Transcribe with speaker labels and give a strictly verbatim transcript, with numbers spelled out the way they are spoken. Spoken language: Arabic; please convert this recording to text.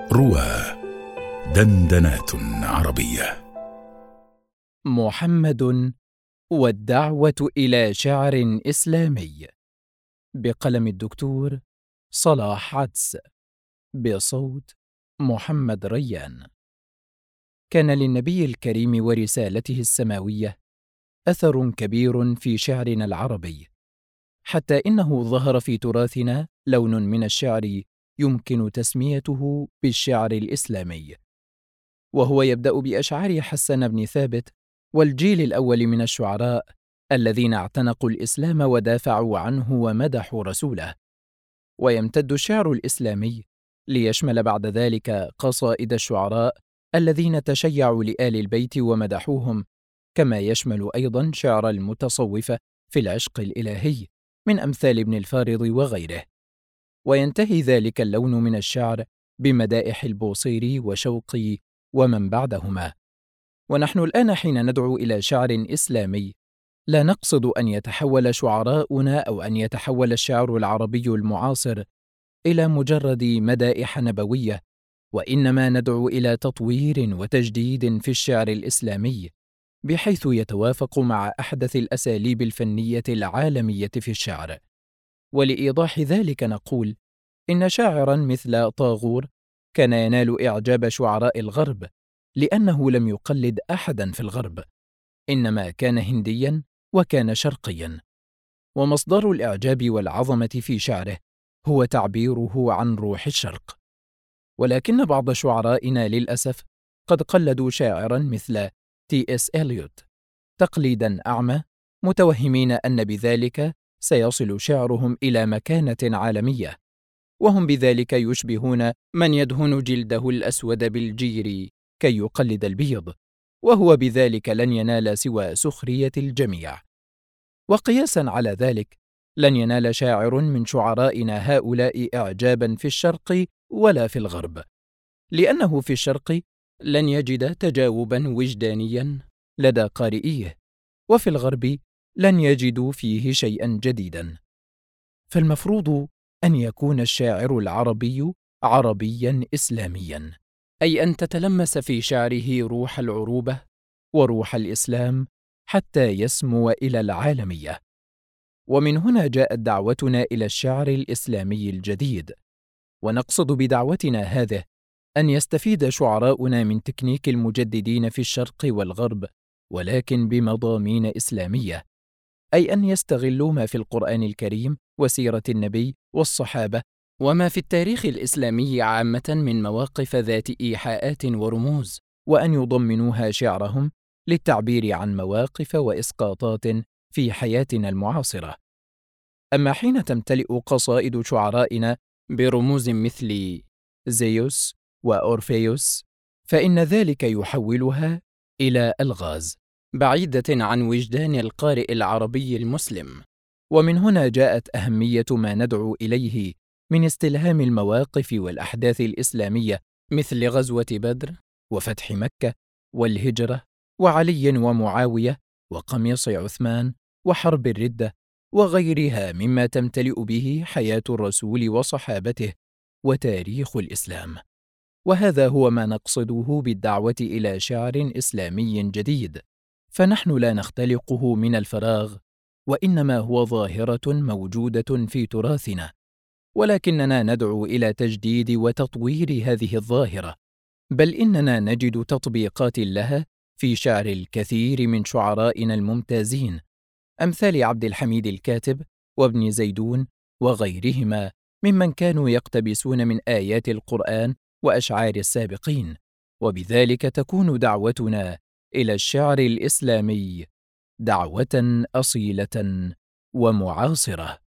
Speaker 1: روى دندنات عربية.
Speaker 2: محمد والدعوة إلى شعر إسلامي، بقلم الدكتور صلاح عدس، بصوت محمد ريان. كان للنبي الكريم ورسالته السماوية أثر كبير في شعرنا العربي، حتى إنه ظهر في تراثنا لون من الشعر يمكن تسميته بالشعر الإسلامي، وهو يبدأ بأشعار حسن بن ثابت والجيل الأول من الشعراء الذين اعتنقوا الإسلام ودافعوا عنه ومدحوا رسوله، ويمتد الشعر الإسلامي ليشمل بعد ذلك قصائد الشعراء الذين تشيعوا لآل البيت ومدحوهم، كما يشمل أيضا شعر المتصوفة في العشق الإلهي من أمثال ابن الفارض وغيره. وينتهي ذلك اللون من الشعر بمدائح البوصيري وشوقي ومن بعدهما. ونحن الآن حين ندعو إلى شعر إسلامي لا نقصد أن يتحول شعراؤنا أو أن يتحول الشعر العربي المعاصر إلى مجرد مدائح نبوية، وإنما ندعو إلى تطوير وتجديد في الشعر الإسلامي بحيث يتوافق مع أحدث الأساليب الفنية العالمية في الشعر. ولإيضاح ذلك نقول إن شاعراً مثل طاغور كان ينال إعجاب شعراء الغرب لأنه لم يقلد أحداً في الغرب، إنما كان هندياً وكان شرقياً، ومصدر الإعجاب والعظمة في شعره هو تعبيره عن روح الشرق. ولكن بعض شعرائنا للأسف قد قلدوا شاعراً مثل تي إس إليوت تقليداً أعمى، متوهمين أن بذلك سيصل شعرهم إلى مكانة عالمية، وهم بذلك يشبهون من يدهن جلده الأسود بالجير كي يقلد البيض، وهو بذلك لن ينال سوى سخرية الجميع. وقياسا على ذلك لن ينال شاعر من شعرائنا هؤلاء إعجابا في الشرق ولا في الغرب، لأنه في الشرق لن يجد تجاوبا وجدانيا لدى قارئيه، وفي الغرب لن يجدوا فيه شيئا جديدا. فالمفروض أن يكون الشاعر العربي عربيا إسلاميا، أي أن تتلمس في شعره روح العروبة وروح الإسلام حتى يسمو إلى العالمية. ومن هنا جاءت دعوتنا إلى الشعر الإسلامي الجديد، ونقصد بدعوتنا هذه أن يستفيد شعراؤنا من تكنيك المجددين في الشرق والغرب، ولكن بمضامين إسلامية، أي أن يستغلوا ما في القرآن الكريم وسيرة النبي والصحابة وما في التاريخ الإسلامي عامة من مواقف ذات إيحاءات ورموز، وأن يضمنوها شعرهم للتعبير عن مواقف وإسقاطات في حياتنا المعاصرة. أما حين تمتلئ قصائد شعرائنا برموز مثل زيوس وأورفيوس، فإن ذلك يحولها إلى ألغاز بعيدة عن وجدان القارئ العربي المسلم. ومن هنا جاءت أهمية ما ندعو إليه من استلهام المواقف والأحداث الإسلامية مثل غزوة بدر وفتح مكة والهجرة وعلي ومعاوية وقميص عثمان وحرب الردة وغيرها مما تمتلئ به حياة الرسول وصحابته وتاريخ الإسلام. وهذا هو ما نقصده بالدعوة إلى شعر إسلامي جديد، فنحن لا نختلقه من الفراغ، وإنما هو ظاهرة موجودة في تراثنا، ولكننا ندعو إلى تجديد وتطوير هذه الظاهرة، بل إننا نجد تطبيقات لها في شعر الكثير من شعرائنا الممتازين، أمثال عبد الحميد الكاتب وابن زيدون وغيرهما ممن كانوا يقتبسون من آيات القرآن وأشعار السابقين. وبذلك تكون دعوتنا إلى الشعر الإسلامي دعوة أصيلة ومعاصرة.